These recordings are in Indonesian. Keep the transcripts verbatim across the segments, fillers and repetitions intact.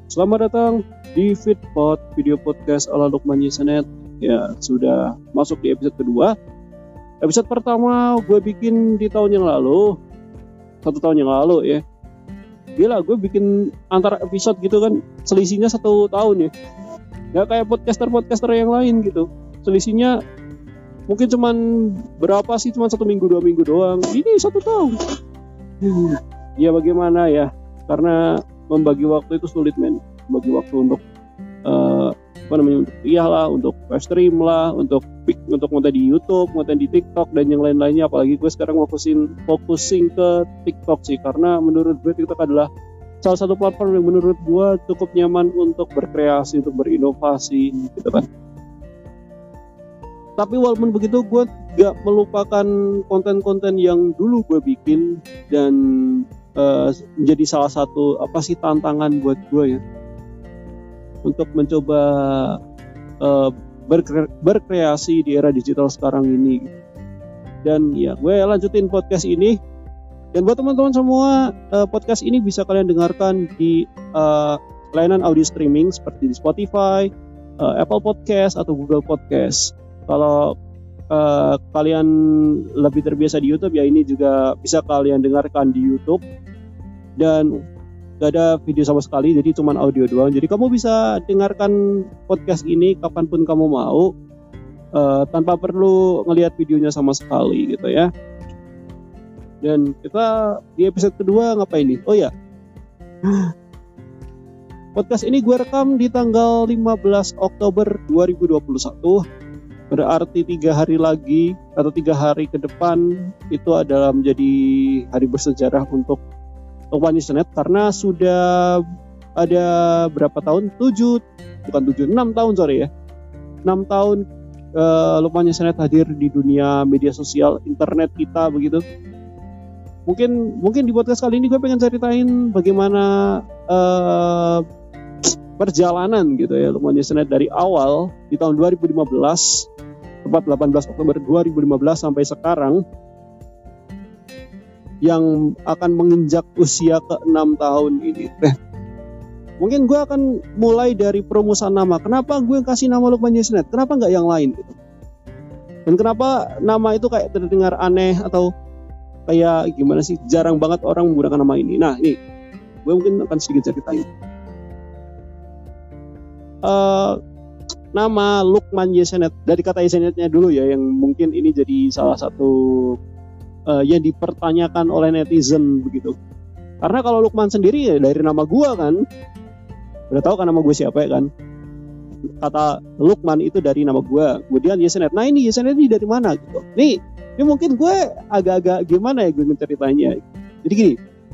Selamat datang di Fitpod, video podcast ala Lukman Yesenet. Ya, sudah masuk di episode kedua. Episode pertama gue bikin di tahun yang lalu, satu tahun yang lalu ya. Gila, gue bikin antara episode gitu kan, selisihnya satu tahun ya. Gak kayak podcaster-podcaster yang lain gitu. Selisihnya mungkin cuman berapa sih, cuman satu minggu, dua minggu doang. Ini satu tahun. Ya bagaimana ya, karena membagi waktu itu sulit men. Membagi waktu untuk uh, apa namanya, untuk iya lah, untuk live stream lah, untuk untuk konten di YouTube, konten di TikTok dan yang lain-lainnya. Apalagi gue sekarang fokusin fokusin ke TikTok sih, karena menurut gue TikTok adalah salah satu platform yang menurut gue cukup nyaman untuk berkreasi, untuk berinovasi gitu kan. Tapi walaupun begitu, gue gak melupakan konten-konten yang dulu gue bikin dan uh, menjadi salah satu apa sih tantangan buat gue ya, untuk mencoba uh, berkre- berkreasi di era digital sekarang ini. Dan ya, gue lanjutin podcast ini. Dan buat teman-teman semua, uh, podcast ini bisa kalian dengarkan di uh, layanan audio streaming seperti di Spotify, uh, Apple Podcast atau Google Podcast. Kalau uh, kalian lebih terbiasa di YouTube, ya ini juga bisa kalian dengarkan di YouTube. Dan gak ada video sama sekali, jadi cuma audio doang. Jadi kamu bisa dengarkan podcast ini kapanpun kamu mau, uh, tanpa perlu ngelihat videonya sama sekali gitu ya. Dan kita di episode kedua ngapain nih? Oh ya, podcast ini gue rekam di tanggal lima belas Oktober dua ribu dua puluh satu. Berarti tiga hari lagi atau tiga hari ke depan itu adalah menjadi hari bersejarah untuk Lukman Yesenet, karena sudah ada berapa tahun? tujuh, bukan tujuh, enam tahun sorry ya. enam tahun uh, Lukman Yesenet hadir di dunia media sosial, internet kita begitu. Mungkin mungkin di podcast kali ini gue pengen ceritain bagaimana uh, perjalanan gitu ya Lukman Yesenet dari awal di tahun dua ribu lima belas, tepat delapan belas Oktober dua ribu lima belas sampai sekarang, yang akan menginjak usia ke enam tahun ini. Eh, mungkin gue akan mulai dari perumusan nama. Kenapa gue kasih nama Lukman Yesenet? Kenapa nggak yang lain gitu? Dan kenapa nama itu kayak terdengar aneh atau kayak gimana sih? Jarang banget orang menggunakan nama ini. Nah ini, gue mungkin akan sedikit ceritain. Uh, nama Lukman Yesenet, dari kata Yesenetnya dulu ya, yang mungkin ini jadi salah satu uh, yang dipertanyakan oleh netizen begitu. Karena kalau Lukman sendiri ya dari nama gue kan, udah tahu kan nama gue siapa ya kan. Kata Lukman itu dari nama gue, kemudian Yesenet. Nah ini Yesenet ini dari mana gitu? Nih, ini mungkin gue agak-agak gimana ya gue ceritanya. Jadi gini,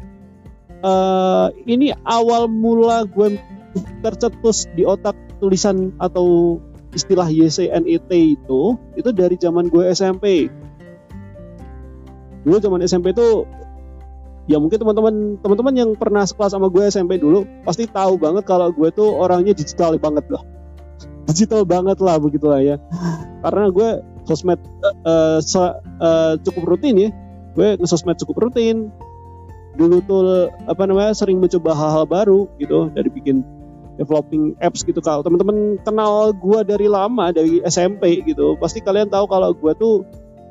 uh, ini awal mula gue tercetus di otak tulisan atau istilah Y S N E T itu itu dari zaman gue S M P. Dulu zaman S M P itu ya, mungkin teman-teman teman-teman yang pernah sekelas sama gue S M P dulu pasti tahu banget kalau gue tuh orangnya digital banget lah. Digital banget lah begitulah ya. Karena gue sosmed uh, uh, uh, cukup rutin ya. Gue nge-sosmed cukup rutin. Dulu tuh apa namanya sering mencoba hal-hal baru gitu, dari bikin developing apps gitu. Kalau teman-teman kenal gue dari lama, dari S M P gitu, pasti kalian tahu kalau gue tuh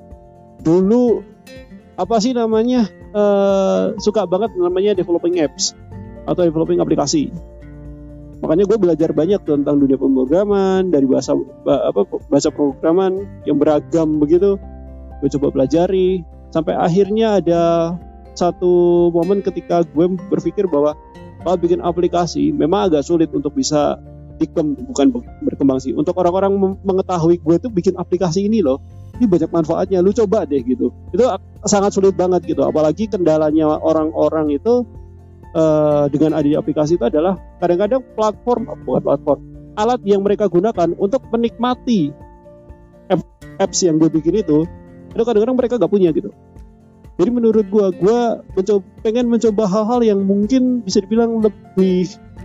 dulu apa sih namanya uh, suka banget namanya developing apps atau developing aplikasi. Makanya gue belajar banyak tentang dunia pemrograman, dari bahasa apa bahasa programan yang beragam begitu. Gue coba pelajari sampai akhirnya ada satu momen ketika gue berpikir bahwa kalau bikin aplikasi memang agak sulit untuk bisa dikem, bukan berkembang sih. Untuk orang-orang mengetahui gue tuh bikin aplikasi ini loh, ini banyak manfaatnya, lu coba deh gitu. Itu sangat sulit banget gitu. Apalagi kendalanya orang-orang itu uh, dengan adanya aplikasi itu adalah kadang-kadang platform, bukan platform, alat yang mereka gunakan untuk menikmati apps yang gue bikin itu, itu kadang-kadang mereka gak punya gitu. Jadi menurut gue, gue mencoba, pengen mencoba hal-hal yang mungkin bisa dibilang lebih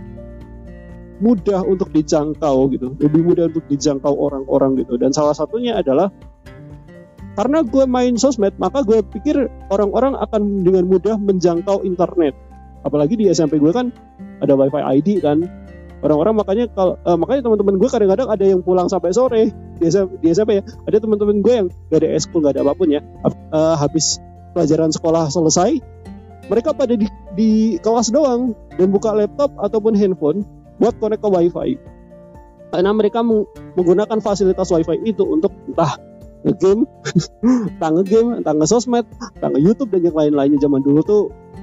mudah untuk dijangkau gitu, lebih mudah untuk dijangkau orang-orang gitu. Dan salah satunya adalah karena gue main sosmed, maka gue pikir orang-orang akan dengan mudah menjangkau internet. Apalagi di S M P gue kan ada Wi-Fi I D kan, Orang-orang makanya kalau uh, makanya teman-teman gue kadang-kadang ada yang pulang sampai sore. Biasa biasa apa ya? Ada teman-teman gue yang gak ada eskul, gak ada apapun ya. Uh, habis pelajaran sekolah selesai, mereka pada di, di kelas doang dan buka laptop ataupun handphone buat connect ke wifi. Karena mereka menggunakan fasilitas wifi itu untuk entah nge-game, entah nge-game, entah nge-sosmed, entah nge-YouTube dan yang lain-lainnya. Zaman dulu tuh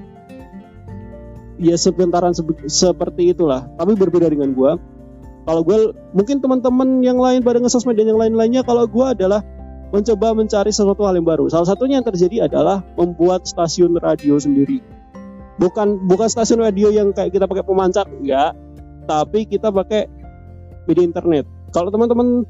ya sebentaran sebe- seperti itulah. Tapi berbeda dengan gue. Kalau gue, mungkin teman-teman yang lain pada nge-sosmed dan yang lain-lainnya, kalau gue adalah mencoba mencari sesuatu hal yang baru. Salah satunya yang terjadi adalah membuat stasiun radio sendiri. Bukan bukan stasiun radio yang kayak kita pakai pemancar, enggak. Tapi kita pakai media internet. Kalau teman-teman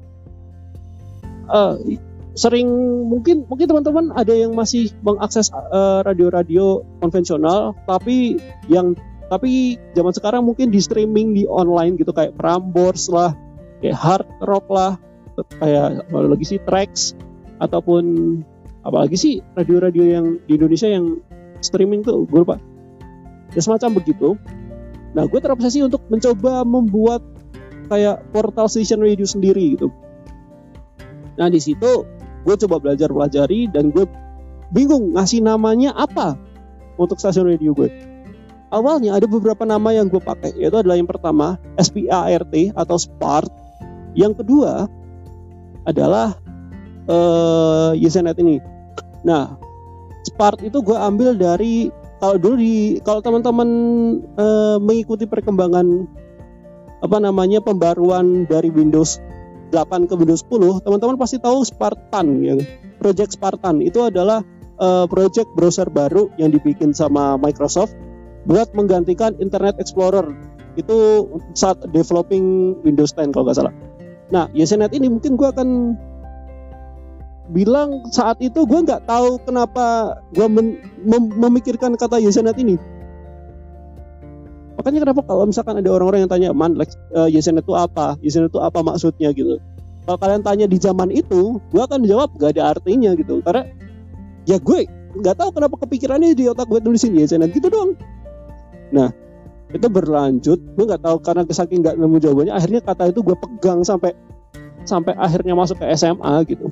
uh, sering mungkin mungkin teman-teman ada yang masih mengakses uh, radio-radio konvensional, tapi yang tapi zaman sekarang mungkin di streaming di online gitu, kayak Prambors lah, kayak Hard Rock lah, kayak apa lagi sih Trax, ataupun apalagi sih radio-radio yang di Indonesia yang streaming tuh gue lupa. Ya semacam begitu. Nah, gue terobsesi untuk mencoba membuat kayak portal station radio sendiri gitu. Nah, di situ gue coba belajar pelajari dan gue bingung ngasih namanya apa untuk stasiun radio gue. Awalnya ada beberapa nama yang gue pakai, yaitu adalah yang pertama S P A R T atau Spart. Yang kedua adalah uh, Yesenet ini. Nah, Spart itu gue ambil dari, kalau dulu di kalau teman-teman uh, mengikuti perkembangan apa namanya pembaruan dari Windows delapan ke Windows sepuluh, teman-teman pasti tahu Spartan ya. Project Spartan itu adalah uh, project browser baru yang dibikin sama Microsoft buat menggantikan Internet Explorer itu saat developing Windows sepuluh kalau nggak salah. Nah, Yesenet ini mungkin gue akan bilang saat itu gue nggak tahu kenapa gue mem- mem- memikirkan kata Yesenet ini. Makanya kenapa kalau misalkan ada orang-orang yang tanya, man, uh, Yesenet itu apa? Yesenet itu apa maksudnya gitu? Kalau kalian tanya di zaman itu, gue akan jawab gak ada artinya gitu. Karena ya gue nggak tahu kenapa kepikirannya di otak gue tulisin Yesenet gitu doang. Nah, itu berlanjut, gue nggak tahu karena saking nggak nemu jawabannya, akhirnya kata itu gue pegang sampai sampai akhirnya masuk ke S M A gitu.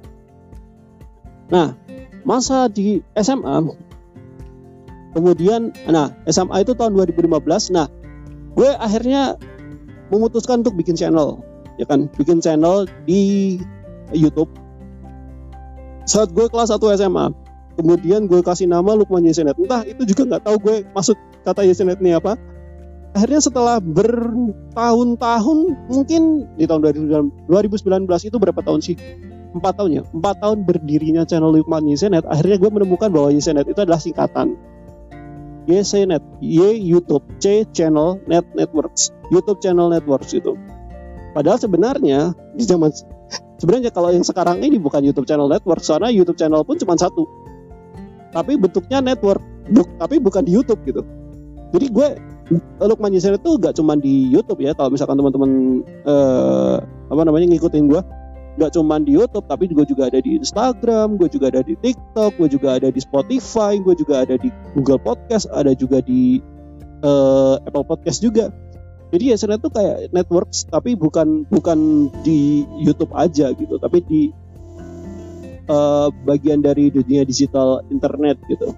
Nah, masa di S M A, kemudian, nah S M A itu tahun dua ribu lima belas. Nah, gue akhirnya memutuskan untuk bikin channel, ya kan, bikin channel di YouTube. Saat gue kelas satu S M A, kemudian gue kasih nama Lukman Yesenet. Entah itu juga nggak tahu gue maksud kata Yesenet ini apa. Akhirnya setelah bertahun-tahun, mungkin di tahun dua ribu sembilan belas itu berapa tahun sih? Empat tahun ya. Empat tahun berdirinya channel Lukman Yesenet. Akhirnya gue menemukan bahwa Yesenet itu adalah singkatan. Yesenet, Y YouTube, C Channel, Net Networks, YouTube Channel Networks itu. Padahal sebenarnya di zaman sebenarnya kalau yang sekarang ini bukan YouTube Channel Network, soalnya YouTube Channel pun cuma satu. Tapi bentuknya network, bu- tapi bukan di YouTube gitu. Jadi gue Lukman Yesenet itu gak cuma di YouTube ya. Kalau misalkan teman-teman eh, apa namanya ngikutin gue, gak cuma di YouTube, tapi gue juga ada di Instagram, gue juga ada di TikTok, gue juga ada di Spotify, gue juga ada di Google Podcast, ada juga di eh, Apple Podcast juga. Jadi Yesenet itu kayak networks, tapi bukan bukan di YouTube aja gitu, tapi di uh, bagian dari dunia digital internet gitu.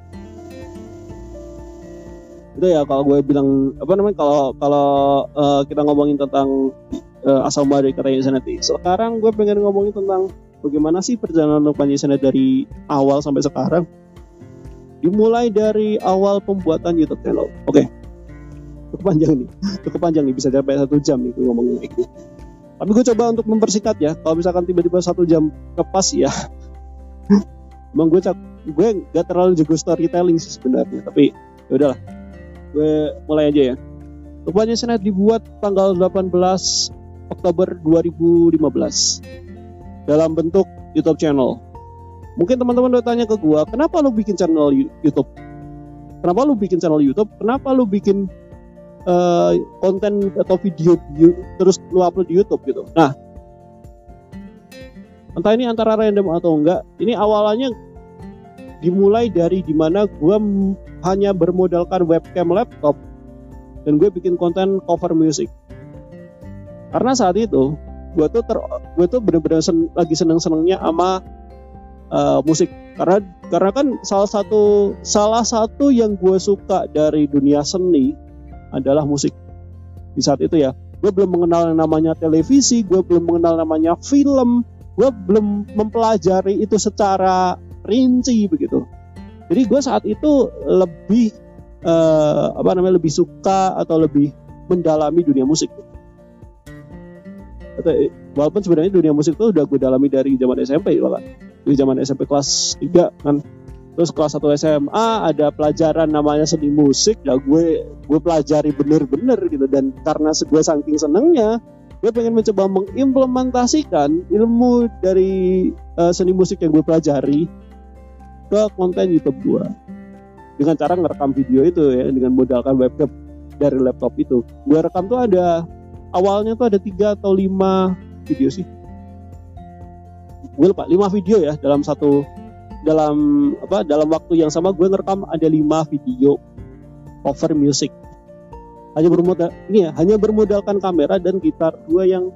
Itu ya kalau gue bilang apa namanya kalau kalau uh, kita ngomongin tentang uh, asal muasal dari kata Yesenet. Sekarang gue pengen ngomongin tentang bagaimana sih perjalanan Lukman Yesenet dari awal sampai sekarang. Dimulai dari awal pembuatan YouTube channel. Oke. Okay. Cukup panjang nih, cukup panjang nih, bisa sampai satu jam nih ngomongin kayak gitu. Tapi gue coba untuk mempersingkat ya. Kalau misalkan tiba-tiba satu jam kepas ya, emang gue gue nggak terlalu jago storytelling sih sebenarnya. Tapi ya udahlah, gue mulai aja ya. Lukman Yesenet dibuat tanggal delapan belas Oktober dua ribu lima belas dalam bentuk YouTube channel. Mungkin teman-teman udah tanya ke gue, kenapa lu bikin channel YouTube? Kenapa lu bikin channel YouTube? Kenapa lu bikin Uh, konten atau video, video terus lu upload di YouTube gitu. Nah, entah ini antara random atau enggak, ini awalannya dimulai dari dimana gue m- hanya bermodalkan webcam laptop dan gue bikin konten cover music. Karena saat itu gue tuh ter, gue tuh bener-bener sen, lagi seneng-senengnya sama uh, musik. Karena karena kan salah satu salah satu yang gue suka dari dunia seni adalah musik. Di saat itu ya, gue belum mengenal yang namanya televisi, gue belum mengenal namanya film, gue belum mempelajari itu secara rinci begitu. Jadi gue saat itu lebih uh, apa namanya lebih suka atau lebih mendalami dunia musik. Walaupun sebenarnya dunia musik itu udah gue dalami dari zaman S M P bahkan. Di zaman S M P kelas tiga kan. Terus kelas satu S M A ada pelajaran namanya seni musik, ya gue gue pelajari bener-bener gitu. Dan karena gue saking senengnya, gue pengen mencoba mengimplementasikan ilmu dari uh, seni musik yang gue pelajari ke konten YouTube gue dengan cara ngerekam video itu ya, dengan modalkan webcam dari laptop itu. Gue rekam tuh ada awalnya tuh ada tiga atau lima video sih, gue lupa, lima video ya dalam satu dalam apa dalam waktu yang sama gue ngerekam ada lima video cover music. Hanya bermodal ini ya, hanya bermodalkan kamera dan gitar gue yang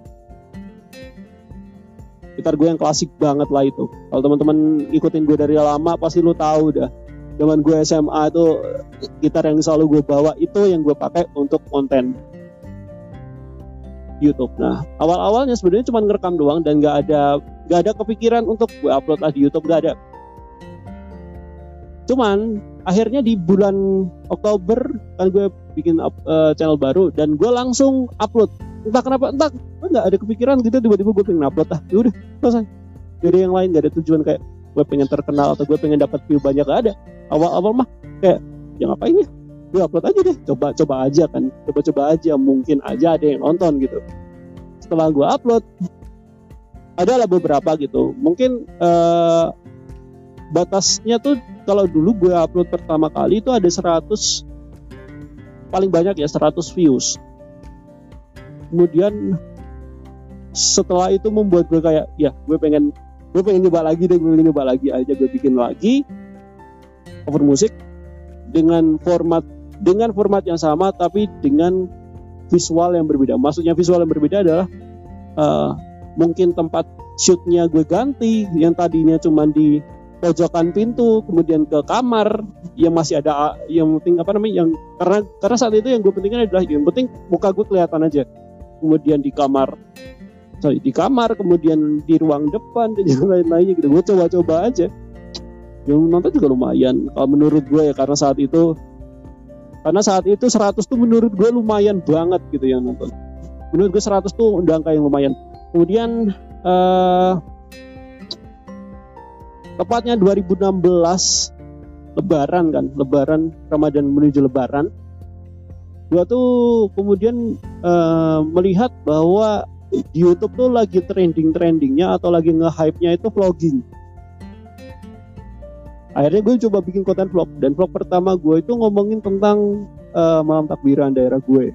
gitar gue yang klasik banget lah itu. Kalau teman-teman ikutin gue dari lama pasti lu tahu dah. Zaman gue S M A itu gitar yang selalu gue bawa itu yang gue pakai untuk konten YouTube. Nah, awal-awalnya sebenarnya cuma ngerekam doang dan nggak ada nggak ada kepikiran untuk gue upload lah di YouTube, nggak ada. Cuman akhirnya di bulan Oktober kan gue bikin up, uh, channel baru dan gue langsung upload. Entah kenapa, entah nggak ada kepikiran gitu, tiba-tiba gue pengen upload ah, udah selesai. Gak ada yang lain, gak ada tujuan kayak gue pengen terkenal atau gue pengen dapat view banyak, gak ada. Awal-awal mah kayak ya ngapain ya? Gue upload aja deh, coba-coba aja kan, coba-coba aja, mungkin aja ada yang nonton gitu. Setelah gue upload, adalah beberapa gitu, mungkin uh, batasnya tuh kalau dulu gue upload pertama kali itu ada seratus, paling banyak ya seratus views. Kemudian setelah itu membuat gue kayak ya gue pengen gue pengen nyoba lagi deh, gue pengen nyoba lagi aja, gue bikin lagi cover musik dengan format dengan format yang sama tapi dengan visual yang berbeda. Maksudnya visual yang berbeda adalah uh, mungkin tempat shootnya gue ganti, yang tadinya cuma di pojokan pintu kemudian ke kamar yang masih ada yang penting apa namanya yang karena karena saat itu yang gue pentingkan adalah yang penting muka gue kelihatan aja. Kemudian di kamar sorry di kamar kemudian di ruang depan dan yang lain-lainnya gitu. Gue coba-coba aja. Yang nonton juga lumayan kalau menurut gue ya, karena saat itu Karena saat itu seratus tuh menurut gue lumayan banget gitu yang nonton. Menurut gue seratus tuh udah angka yang lumayan. Kemudian uh, tepatnya dua ribu enam belas Lebaran kan, Lebaran Ramadan menuju Lebaran. Gue tuh kemudian uh, melihat bahwa di YouTube tuh lagi trending-trendingnya atau lagi nge-hype-nya itu vlogging. Akhirnya gue coba bikin konten vlog, dan vlog pertama gue itu ngomongin tentang uh, malam takbiran daerah gue.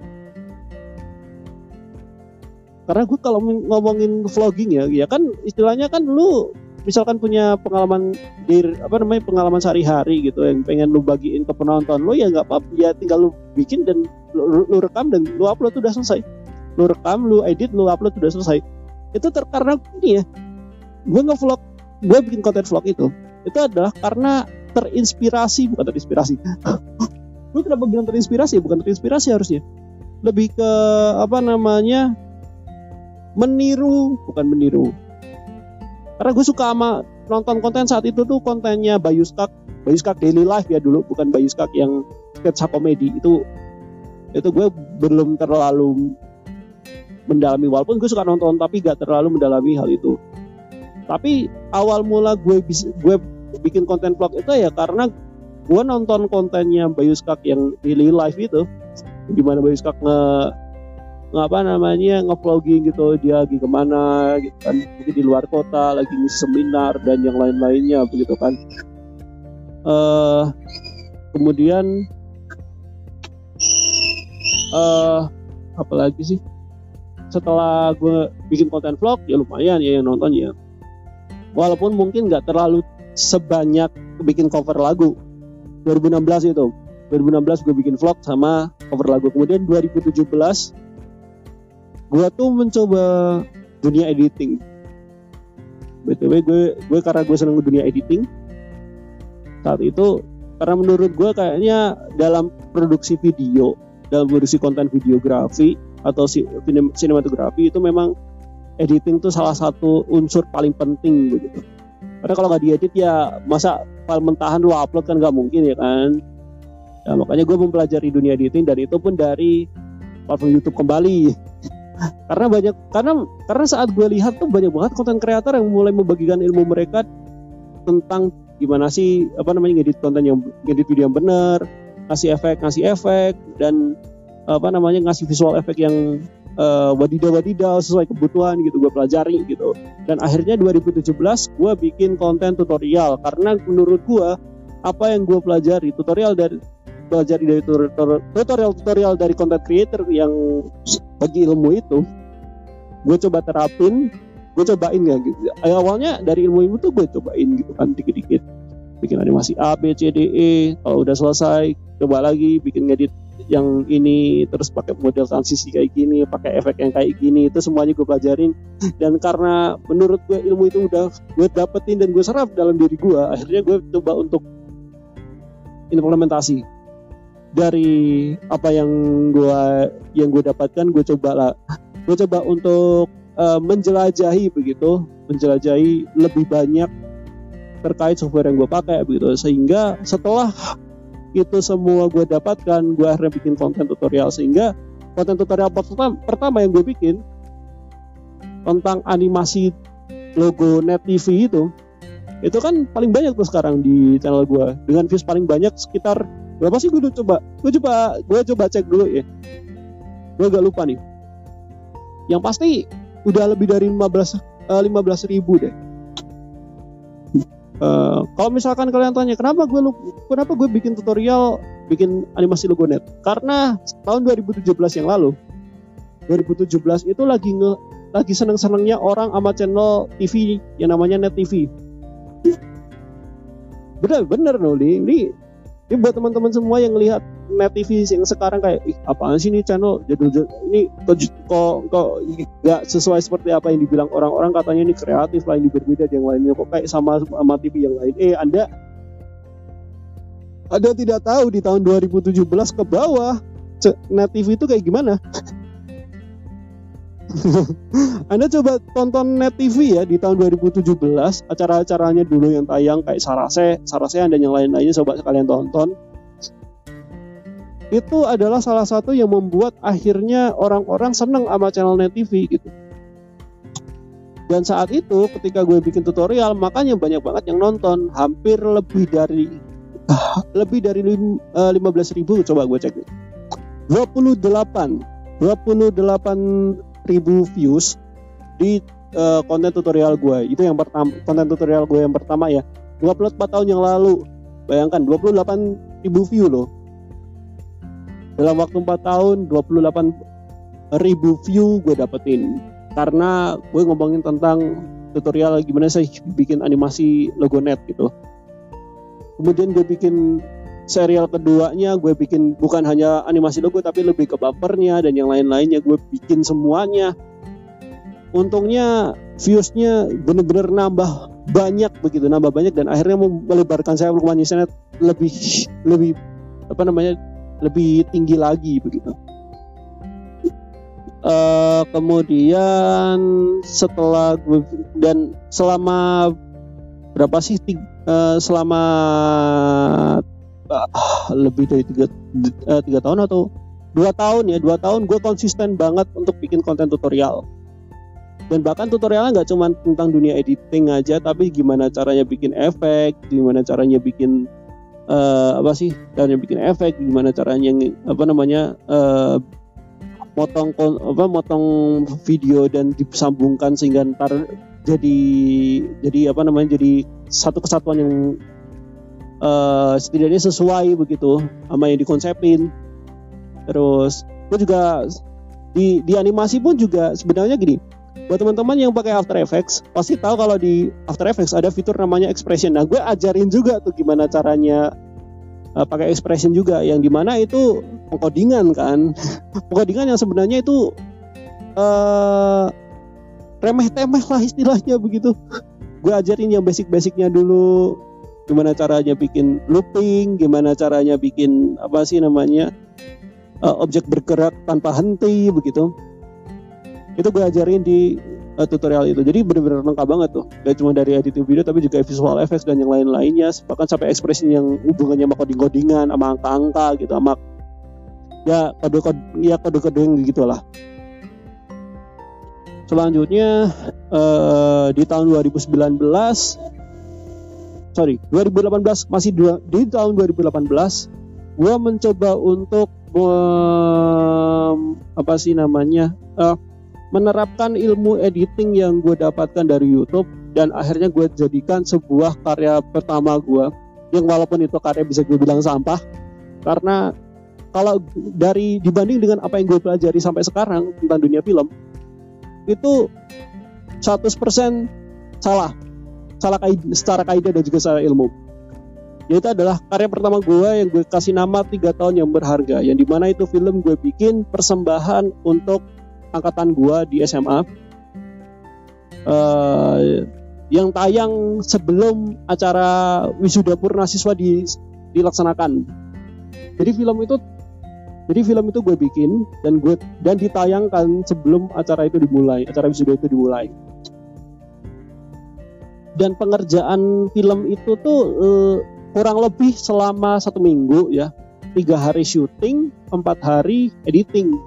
Karena gue kalau ngomongin vlogging ya, ya kan istilahnya kan lu misalkan punya pengalaman di apa namanya pengalaman sehari-hari gitu yang pengen lu bagiin ke penonton lu, ya nggak apa-apa, ya tinggal lu bikin dan lu, lu rekam dan lu upload udah selesai. Lu rekam, lu edit, lu upload udah selesai. Itu ter- karena ini ya, gue nge-vlog, gue bikin konten vlog itu. Itu adalah karena terinspirasi, bukan terinspirasi. Lu kenapa bilang terinspirasi? Bukan terinspirasi harusnya. Lebih ke apa namanya? Meniru, bukan meniru. Karena gue suka sama nonton konten saat itu tuh kontennya Bayu Skak, Bayu Skak Daily Life ya dulu, bukan Bayu Skak yang sketsa komedi. Itu itu gue belum terlalu mendalami, walaupun gue suka nonton tapi gak terlalu mendalami hal itu. Tapi awal mula gue bisa gue bikin konten vlog itu ya karena gue nonton kontennya Bayu Skak yang Daily Life itu, di mana Bayu Skak nge, nge apa namanya nge-vlogging gitu, dia lagi kemana gitu kan, mungkin di luar kota lagi ngisi seminar dan yang lain-lainnya begitu kan. Uh, kemudian uh, apa lagi sih? Setelah gue bikin konten vlog ya lumayan ya yang nonton ya. Walaupun mungkin nggak terlalu sebanyak bikin cover lagu. dua ribu enam belas itu, dua ribu enam belas gue bikin vlog sama cover lagu. Kemudian dua ribu tujuh belas gue tuh mencoba dunia editing. B T W gue gue karena gue seneng dunia editing saat itu, karena menurut gue kayaknya dalam produksi video, dalam produksi konten videografi atau sinematografi itu memang editing tuh salah satu unsur paling penting begitu. Karena kalau nggak diedit ya masa file mentahan lu upload kan nggak mungkin ya kan. Nah, makanya gue mempelajari dunia editing dan itu pun dari platform YouTube kembali. karena banyak karena karena saat gue lihat tuh banyak banget konten kreator yang mulai membagikan ilmu mereka tentang gimana sih apa namanya ngedit konten yang ngedit video yang benar, ngasih efek ngasih efek dan apa namanya ngasih visual efek yang uh, wadidaw-wadidaw sesuai kebutuhan gitu, gue pelajari gitu. Dan akhirnya dua ribu tujuh belas gue bikin konten tutorial karena menurut gue apa yang gue pelajari tutorial dari belajar dari tutorial-tutorial dari content creator yang bagi ilmu itu gue coba terapin, gue cobain ya gitu. Awalnya dari ilmu-ilmu tuh gue cobain gitu kan dikit-dikit, bikin animasi A, B, C, D, E. Kalau udah selesai coba lagi bikin ngedit yang ini, terus pakai model transisi kayak gini, pakai efek yang kayak gini, itu semuanya gue pelajarin. Dan karena menurut gue ilmu itu udah gue dapetin dan gue serap dalam diri gue, akhirnya gue coba untuk implementasi dari apa yang gue yang gue dapatkan. Gue coba lah, gue coba untuk uh, menjelajahi begitu, menjelajahi lebih banyak terkait software yang gue pakai begitu, sehingga setelah itu semua gue dapatkan, gue akhirnya bikin konten tutorial. Sehingga konten tutorial pertama, pertama yang gue bikin tentang animasi logo Net T V itu itu kan paling banyak tuh sekarang di channel gue, dengan views paling banyak sekitar berapa sih? Gue udah coba gue coba gue coba cek dulu ya, gue agak lupa nih. Yang pasti udah lebih dari lima belas ribu deh. Uh, kalau misalkan kalian tanya kenapa gue kenapa gue bikin tutorial bikin animasi logo Net, karena tahun dua ribu tujuh belas yang lalu, dua ribu tujuh belas itu lagi nge, lagi seneng-senengnya orang sama channel T V yang namanya Net T V. Bener-bener loh nih, ini ini buat teman-teman semua yang ngelihat Net T V yang sekarang kayak ih apaan sih ini channel jadul-jadul ini kok kok nggak sesuai seperti apa yang dibilang orang-orang, katanya ini kreatif lah, ini berbeda dengan yang lainnya, kok kayak sama sama T V yang lain. Eh Anda Anda tidak tahu di tahun dua ribu tujuh belas ke bawah Net T V itu kayak gimana. Anda coba tonton Net T V ya di tahun dua ribu tujuh belas, acara-acaranya dulu yang tayang kayak Sarase, Sarase dan yang lain-lainnya, coba kalian tonton. Itu adalah salah satu yang membuat akhirnya orang-orang seneng sama channel Net T V gitu. Dan saat itu ketika gue bikin tutorial, makanya banyak banget yang nonton, hampir lebih dari lebih dari lima belas ribu, coba gue cek dua puluh delapan ribu views di uh, konten tutorial gue. Itu yang pertama, konten tutorial gue yang pertama ya, dua puluh empat tahun yang lalu. Bayangkan dua puluh delapan ribu view loh. Dalam waktu empat tahun dua puluh delapan ribu view gue dapetin, karena gue ngomongin tentang tutorial gimana sih bikin animasi logo Net gitu. Kemudian gue bikin serial keduanya, gue bikin bukan hanya animasi logo tapi lebih ke bumpernya dan yang lain-lainnya, gue bikin semuanya. Untungnya viewsnya bener-bener nambah banyak begitu, nambah banyak dan akhirnya melebarkan saya Lukman Yusnet lebih lebih apa namanya lebih tinggi lagi begitu. Uh, kemudian setelah gue, dan selama berapa sih tiga, uh, selama uh, lebih dari tiga, uh, tiga tahun atau dua tahun ya dua tahun gue konsisten banget untuk bikin konten tutorial. Dan bahkan tutorialnya nggak cuma tentang dunia editing aja, tapi gimana caranya bikin efek, gimana caranya bikin uh, apa sih caranya bikin efek, gimana caranya apa namanya uh, motong apa motong video dan disambungkan sehingga ntar jadi jadi apa namanya jadi satu kesatuan yang uh, setidaknya sesuai begitu sama yang dikonsepin. Terus gue juga di di animasi pun juga sebenarnya gini. Buat teman-teman yang pakai After Effects pasti tahu kalau di After Effects ada fitur namanya expression. Nah, gue ajarin juga tuh gimana caranya uh, pakai expression juga, yang dimana itu pengkodingan kan, pengkodingan yang sebenarnya itu uh, remeh-temeh lah istilahnya begitu. Gue ajarin yang basic-basicnya dulu, gimana caranya bikin looping, gimana caranya bikin apa sih namanya uh, objek bergerak tanpa henti begitu. Itu gue ajarin di uh, tutorial itu. Jadi benar-benar lengkap banget tuh. Gak cuma dari editing video tapi juga visual effects dan yang lain-lainnya, bahkan sampai expression yang hubungannya sama coding-codingan, sama angka-angka gitu, sama ya kode-kode ya kode-kode yang gitulah. Selanjutnya uh, di tahun dua ribu sembilan belas sorry dua ribu delapan belas masih dua, di tahun dua ribu delapan belas gue mencoba untuk um, apa sih namanya uh, menerapkan ilmu editing yang gue dapatkan dari YouTube, dan akhirnya gue jadikan sebuah karya pertama gue, yang walaupun itu karya bisa gue bilang sampah, karena kalau dari dibanding dengan apa yang gue pelajari sampai sekarang tentang dunia film, itu seratus persen salah salah kaidah, secara kaidah dan juga secara ilmu. Yaitu adalah karya pertama gue yang gue kasih nama tiga tahun yang berharga, yang dimana itu film gue bikin persembahan untuk angkatan gue di S M A, uh, yang tayang sebelum acara wisuda purna siswa di, dilaksanakan. Jadi film itu Jadi film itu gue bikin dan gue dan ditayangkan sebelum acara itu dimulai, acara wisuda itu dimulai. Dan pengerjaan film itu tuh eh, kurang lebih selama satu minggu ya, tiga hari syuting, empat hari editing.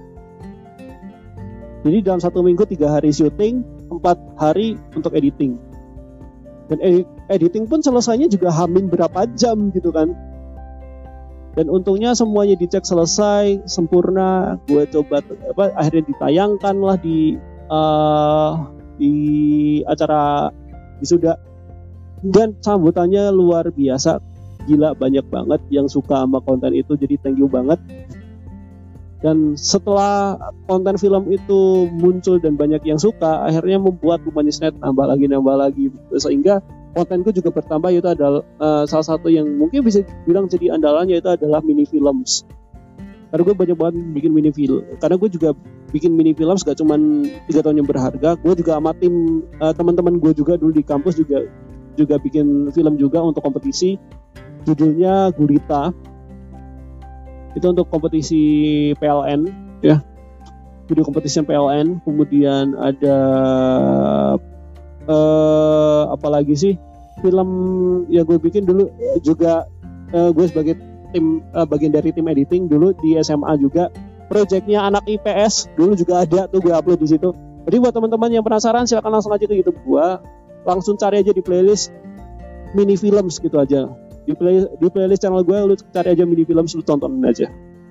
Jadi dalam satu minggu tiga hari syuting, empat hari untuk editing. Dan ed- editing pun selesainya juga hamin berapa jam gitu kan. Dan untungnya semuanya dicek selesai sempurna. Gue coba apa, akhirnya ditayangkan lah di uh, di acara wisuda, dan sambutannya luar biasa, gila, banyak banget yang suka sama konten itu. Jadi thank you banget. Dan setelah konten film itu muncul dan banyak yang suka, akhirnya membuat Lumanisnet nambah lagi nambah lagi sehingga kontenku juga bertambah. Itu adalah uh, salah satu yang mungkin bisa bilang jadi andalannya, itu adalah mini films. Karena gue banyak banget bikin mini film. Karena gue juga bikin mini films gak cuman tiga tahun yang berharga. Gue juga sama tim uh, teman-teman gue juga dulu di kampus juga juga bikin film juga untuk kompetisi. Judulnya Gurita. Itu untuk kompetisi P L N ya. Video competition P L N. Kemudian ada uh, apa lagi sih? Film yang gue bikin dulu juga uh, gue sebagai tim uh, bagian dari tim editing dulu di S M A juga. Projectnya anak I P S dulu juga ada tuh, gue upload di situ. Jadi buat teman-teman yang penasaran silakan langsung aja ke YouTube gue, langsung cari aja di playlist mini films gitu aja. Di, play, di playlist channel gue lu cari aja mini films, lu tontonin aja.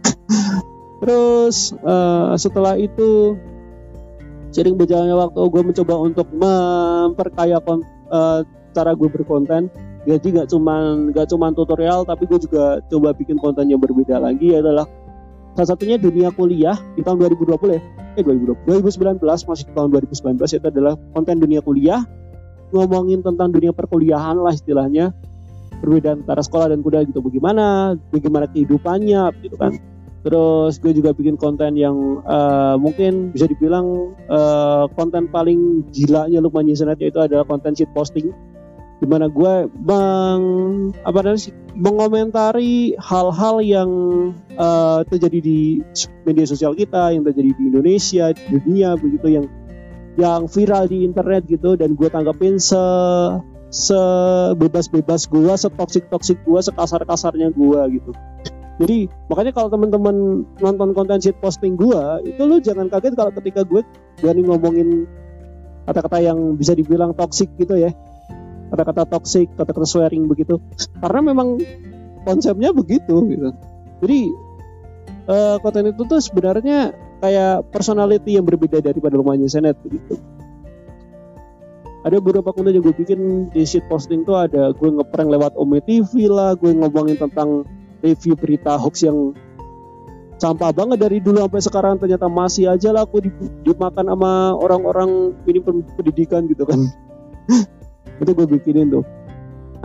Terus uh, setelah itu sering berjalannya waktu gue mencoba untuk memperkaya kon, uh, cara gue berkonten. Jadi gak cuman gak cuman tutorial, tapi gue juga coba bikin konten yang berbeda lagi, adalah salah satunya dunia kuliah di tahun dua ribu dua puluh ya. Eh dua ribu dua puluh, dua ribu sembilan belas, masih tahun dua ribu sembilan belas, itu adalah konten dunia kuliah, ngomongin tentang dunia perkuliahan lah istilahnya, perbedaan antara sekolah dan kuliah gitu, bagaimana bagaimana kehidupannya gitu kan. Terus gue juga bikin konten yang uh, mungkin bisa dibilang uh, konten paling gilanya Lukman Yusnet, yaitu adalah konten shit posting, dimana gue bang apa namanya mengomentari hal-hal yang uh, terjadi di media sosial kita, yang terjadi di Indonesia, di dunia begitu, yang yang viral di internet gitu, dan gue tanggapin se sebebas-bebas gue, setoksik-toksik gue, sekasar-kasarnya gue gitu. Jadi makanya kalau teman-teman nonton konten shit posting gue, itu lu jangan kaget kalau ketika gue berani ngomongin kata-kata yang bisa dibilang toksik gitu ya, kata-kata toksik, kata-kata swearing begitu, karena memang konsepnya begitu gitu. Jadi uh, konten itu tuh sebenarnya kayak personality yang berbeda daripada Lukman Yusnet gitu. Ada beberapa konten yang gue bikin di shit posting tuh, ada gue ngeprank lewat Ome T V lah, gue ngomongin tentang review berita hoax yang sampah banget dari dulu sampai sekarang, ternyata masih aja lah aku dimakan sama orang-orang minim pendidikan gitu kan. Itu gue bikinin tuh.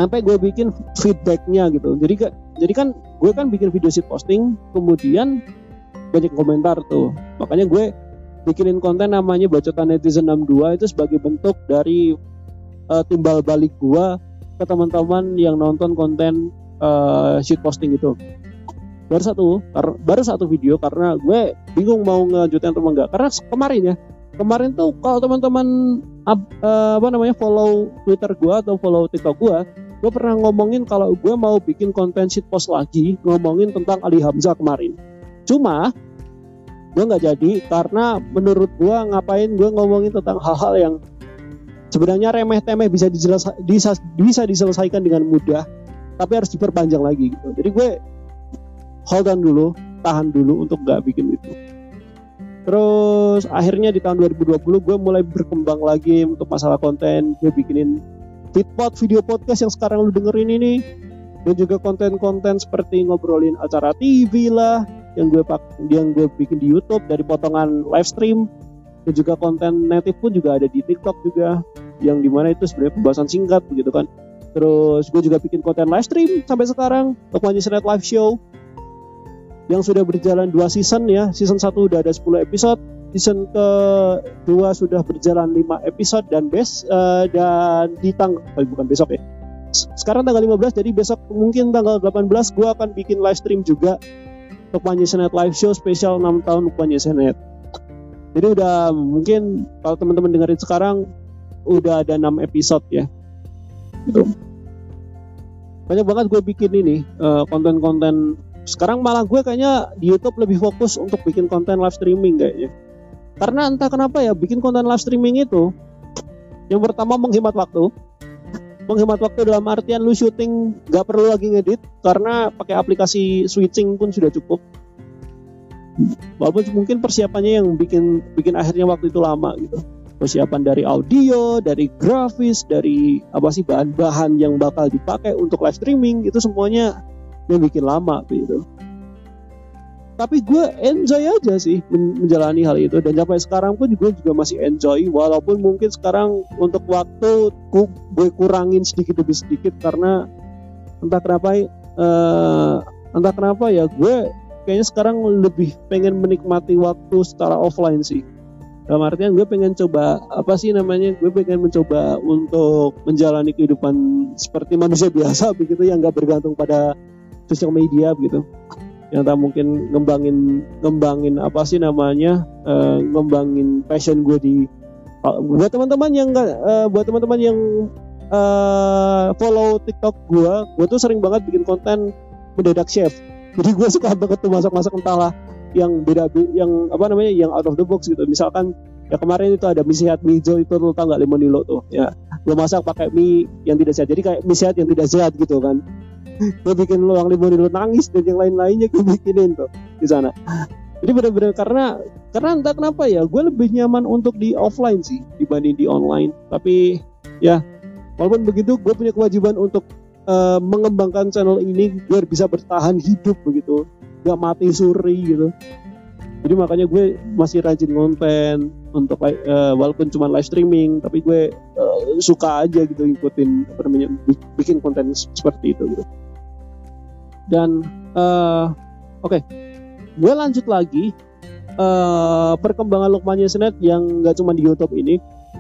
sampai gue bikin feedbacknya gitu. Jadi jadi kan gue kan bikin video shit posting, kemudian banyak komentar tuh. Makanya gue bikinin konten namanya Bacotan Netizen enam puluh dua itu sebagai bentuk dari uh, timbal balik gue ke teman-teman yang nonton konten uh, shit posting itu. Baru satu, baru satu video karena gue bingung mau ngelanjutin atau enggak. Karena kemarin ya, kemarin tuh kalau teman-teman uh, apa namanya follow Twitter gue atau follow TikTok gue, gue pernah ngomongin kalau gue mau bikin konten shitpost lagi ngomongin tentang Ali Hamzah kemarin. Cuma gue nggak jadi karena menurut gue ngapain gue ngomongin tentang hal-hal yang sebenarnya remeh-temeh bisa dijelas, bisa, bisa diselesaikan dengan mudah, tapi harus diperpanjang lagi gitu. Jadi gue hold on dulu, tahan dulu untuk nggak bikin itu. Terus akhirnya di tahun dua ribu dua puluh gue mulai berkembang lagi untuk masalah konten. Gue bikinin Fitpod, video podcast yang sekarang lu dengerin ini, dan juga konten-konten seperti ngobrolin acara T V lah yang gue pak yang gue bikin di YouTube dari potongan live stream, dan juga konten native pun juga ada di TikTok juga, yang dimana itu sebenarnya pembahasan singkat begitu kan. Terus gue juga bikin konten live stream sampai sekarang, Lukman Yusnet Live Show yang sudah berjalan dua season ya. Season satu udah ada sepuluh episode, season kedua sudah berjalan lima episode, dan bes uh, dan di tanggal oh, bukan besok ya. Sekarang tanggal lima belas, jadi besok mungkin tanggal delapan belas gue akan bikin live stream juga Lukman Yusnet Live Show spesial enam tahun Lukman Yusnet. Jadi udah mungkin kalau teman-teman dengerin sekarang udah ada enam episode ya. Gitu. Banyak banget gue bikin ini uh, konten-konten. Sekarang malah gue kayaknya di YouTube lebih fokus untuk bikin konten live streaming kayaknya. Karena entah kenapa ya, bikin konten live streaming itu yang pertama menghemat waktu. Menghemat waktu dalam artian lu syuting gak perlu lagi ngedit karena pakai aplikasi switching pun sudah cukup. Walaupun mungkin persiapannya yang bikin bikin akhirnya waktu itu lama gitu. Persiapan dari audio, dari grafis, dari apa sih bahan-bahan yang bakal dipakai untuk live streaming, itu semuanya yang bikin lama gitu. Tapi gue enjoy aja sih menjalani hal itu, dan sampai sekarang pun gue juga masih enjoy, walaupun mungkin sekarang untuk waktu gue kurangin sedikit demi sedikit karena entah kenapa uh, entah kenapa ya gue kayaknya sekarang lebih pengen menikmati waktu secara offline sih. Dalam artian gue pengen coba apa sih namanya gue pengen mencoba untuk menjalani kehidupan seperti manusia biasa begitu, yang gak bergantung pada sosial media begitu, yang tak mungkin ngembangin ngembangin apa sih namanya uh, ngembangin passion gue di uh, buat teman-teman yang uh, buat teman-teman yang uh, follow TikTok gue, gue tuh sering banget bikin konten mendadak chef. Jadi gue suka banget tuh masak-masak entahlah yang beda, yang apa namanya yang out of the box gitu. Misalkan ya kemarin itu ada mie sehat mie hijau itu, lu tau nggak, Limonilo tuh ya, gue masak pakai mie yang tidak sehat, jadi kayak mie sehat yang tidak sehat gitu kan. Gue bikin luang Limonilo nangis dan yang lain-lainnya gue bikinin tuh di sana. Jadi benar-benar karena karena entah kenapa ya gue lebih nyaman untuk di offline sih dibanding di online. Tapi ya walaupun begitu gue punya kewajiban untuk uh, mengembangkan channel ini biar bisa bertahan hidup begitu, gak mati suri gitu. Jadi makanya gue masih rajin konten untuk uh, walaupun cuma live streaming, tapi gue uh, suka aja gitu ngikutin apa namanya bikin konten seperti itu gitu. Dan uh, oke, okay. gue lanjut lagi uh, perkembangan Lukman Yusnet yang nggak cuma di YouTube ini,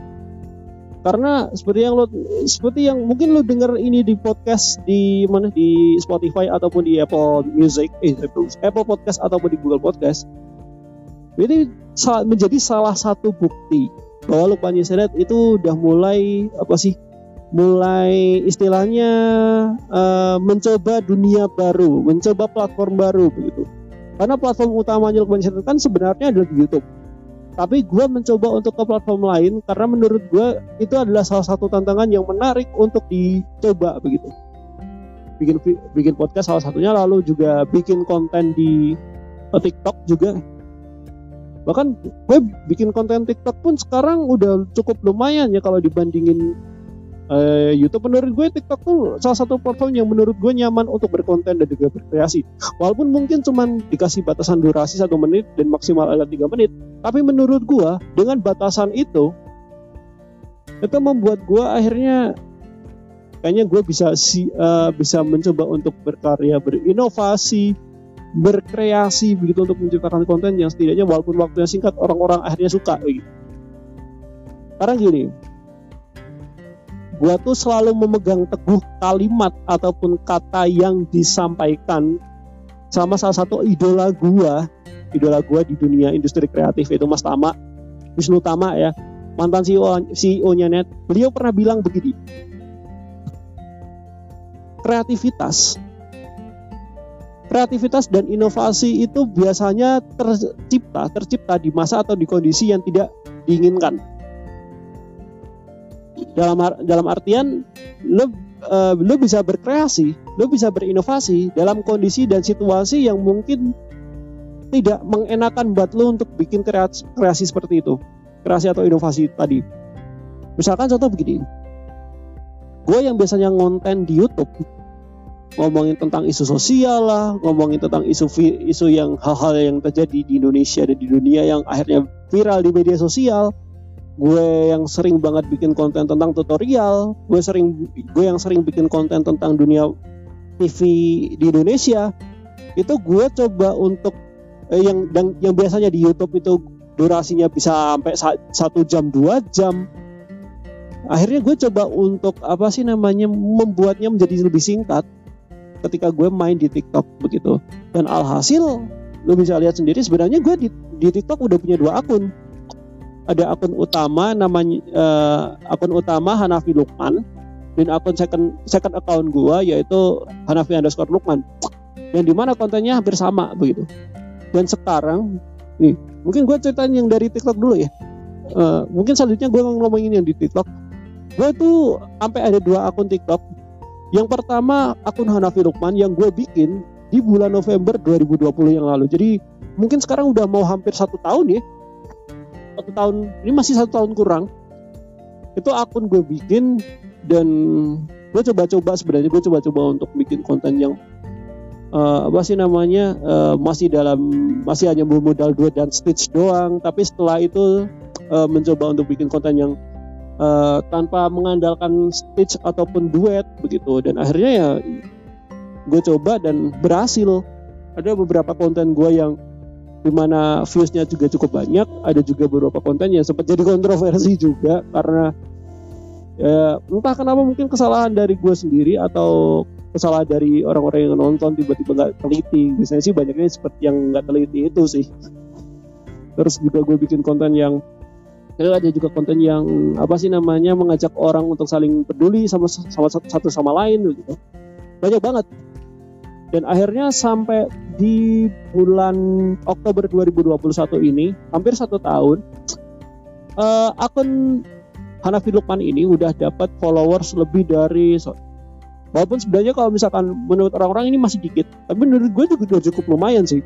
karena seperti yang lo seperti yang mungkin lo denger ini di podcast di mana, di Spotify ataupun di Apple Music, eh, Apple Podcast ataupun di Google Podcast. Ini menjadi salah satu bukti bahwa Lukman Yusnet itu udah mulai apa sih? mulai istilahnya uh, mencoba dunia baru, mencoba platform baru begitu. Karena platform utamanya Lukman Yusnet kan sebenarnya adalah di YouTube. Tapi gue mencoba untuk ke platform lain karena menurut gue itu adalah salah satu tantangan yang menarik untuk dicoba begitu. Bikin bikin podcast salah satunya, lalu juga bikin konten di uh, TikTok juga. Bahkan gue bikin konten TikTok pun sekarang udah cukup lumayan ya kalau dibandingin Uh, YouTube. Menurut gue TikTok tuh salah satu platform yang menurut gue nyaman untuk berkonten dan juga berkreasi. Walaupun mungkin cuman dikasih batasan durasi satu menit dan maksimal adalah tiga menit, tapi menurut gue dengan batasan itu itu membuat gue akhirnya kayaknya gue bisa si, uh, bisa mencoba untuk berkarya, berinovasi, berkreasi begitu untuk menciptakan konten yang setidaknya walaupun waktunya singkat orang-orang akhirnya suka begitu. Karena gini, gue tuh selalu memegang teguh kalimat ataupun kata yang disampaikan sama salah satu idola gue, idola gue di dunia industri kreatif, itu Mas Tama, Wisnu Tama ya, mantan C E O, C E O-nya Net. Beliau pernah bilang begini, kreativitas kreativitas dan inovasi itu biasanya tercipta tercipta di masa atau di kondisi yang tidak diinginkan. Dalam dalam artian lo uh, lo bisa berkreasi, lo bisa berinovasi dalam kondisi dan situasi yang mungkin tidak mengenakan buat lo untuk bikin kreasi, kreasi seperti itu, kreasi atau inovasi tadi. Misalkan contoh begini, gue yang biasanya ngonten di YouTube ngomongin tentang isu sosial lah, ngomongin tentang isu isu yang hal-hal yang terjadi di Indonesia dan di dunia yang akhirnya viral di media sosial. Gue yang sering banget bikin konten tentang tutorial, gue sering gue yang sering bikin konten tentang dunia T V di Indonesia. Itu gue coba untuk eh, yang dan yang biasanya di YouTube itu durasinya bisa sampai satu jam dua jam. Akhirnya gue coba untuk apa sih namanya membuatnya menjadi lebih singkat ketika gue main di TikTok begitu. Dan alhasil lo bisa lihat sendiri sebenarnya gue di, di TikTok udah punya dua akun. Ada akun utama namanya uh, akun utama Hanafi Lukman, dan akun second second account gue yaitu Hanafi underscore Lukman, yang dimana kontennya hampir sama begitu. Dan sekarang nih mungkin gue ceritain yang dari TikTok dulu ya. Uh, mungkin selanjutnya gue ngomongin yang di TikTok. Gue tuh sampai ada dua akun TikTok. Yang pertama akun Hanafi Lukman yang gue bikin di bulan November dua ribu dua puluh yang lalu. Jadi mungkin sekarang udah mau hampir satu tahun ya. Satu tahun, ini masih satu tahun kurang. Itu akun gue bikin dan gue coba-coba sebenarnya gue coba-coba untuk bikin konten yang uh, apa sih namanya uh, masih dalam masih hanya bermodal dua dan stitch doang. Tapi setelah itu uh, mencoba untuk bikin konten yang Uh, tanpa mengandalkan stage ataupun duet begitu, dan akhirnya ya gue coba dan berhasil. Ada beberapa konten gue yang dimana viewsnya juga cukup banyak, ada juga beberapa konten yang sempat jadi kontroversi juga karena ya, entah kenapa mungkin kesalahan dari gue sendiri atau kesalahan dari orang-orang yang nonton tiba-tiba nggak teliti. Biasanya sih banyaknya seperti yang nggak teliti itu sih. Terus juga gue bikin konten yang ada juga konten yang apa sih namanya mengajak orang untuk saling peduli sama sama satu sama lain gitu. Banyak banget. Dan akhirnya sampai di bulan Oktober dua ribu dua puluh satu ini, hampir satu tahun, uh, akun Hanafi Lukman ini udah dapat followers lebih dari, walaupun sebenarnya kalau misalkan menurut orang-orang ini masih dikit, tapi menurut gue juga cukup lumayan sih.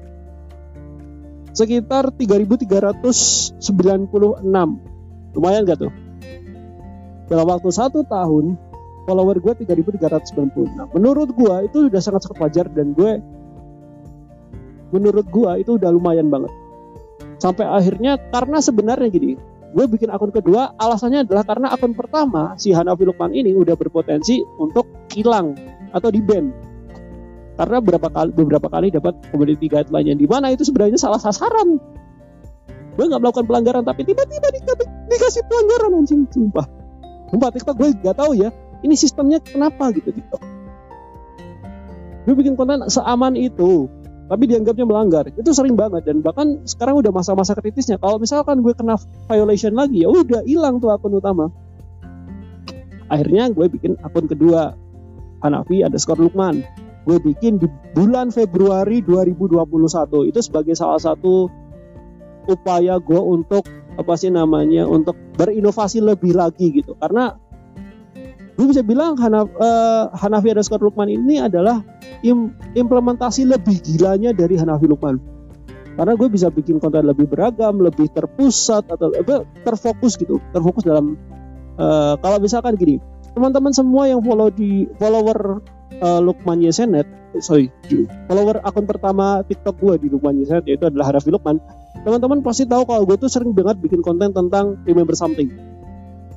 Sekitar tiga ribu tiga ratus sembilan puluh enam. Lumayan gak tuh? Dalam waktu satu tahun follower gue tiga ribu tiga ratus sembilan puluh enam. Menurut gue itu udah sangat-sangat wajar, dan gue menurut gue itu udah lumayan banget. Sampai akhirnya karena sebenarnya gini, gue bikin akun kedua alasannya adalah karena akun pertama si Hanafi Lukman ini udah berpotensi untuk hilang atau di-ban. Karena beberapa kali beberapa kali dapat community guideline yang di mana itu sebenarnya salah sasaran. Gue nggak melakukan pelanggaran tapi tiba-tiba di, di, dikasih pelanggaran, anjing, sumpah. Sumpah TikTok gue nggak tahu ya. Ini sistemnya kenapa gitu TikTok. Gue bikin konten seaman itu, tapi dianggapnya melanggar. Itu sering banget, dan bahkan sekarang udah masa-masa kritisnya. Kalau misalkan gue kena violation lagi, ya udah hilang tuh akun utama. Akhirnya gue bikin akun kedua, Hanafi underscore Lukman. Gue bikin di bulan Februari dua ribu dua puluh satu. Itu sebagai salah satu upaya gue untuk apa sih namanya untuk berinovasi lebih lagi gitu. Karena gue bisa bilang Hanaf, uh, Hanafi underscore Lukman ini adalah im, implementasi lebih gilanya dari Hanafi Lukman. Karena gue bisa bikin konten lebih beragam, lebih terpusat atau eh, terfokus gitu, terfokus dalam uh, kalau misalkan gini, teman-teman semua yang follow di follower Uh, Lukman Yesenet, sorry, follower akun pertama TikTok gue di Lukman Yesenet yaitu adalah Hanafi Lukman. Teman-teman pasti tahu kalau gue tuh sering banget bikin konten tentang remember something.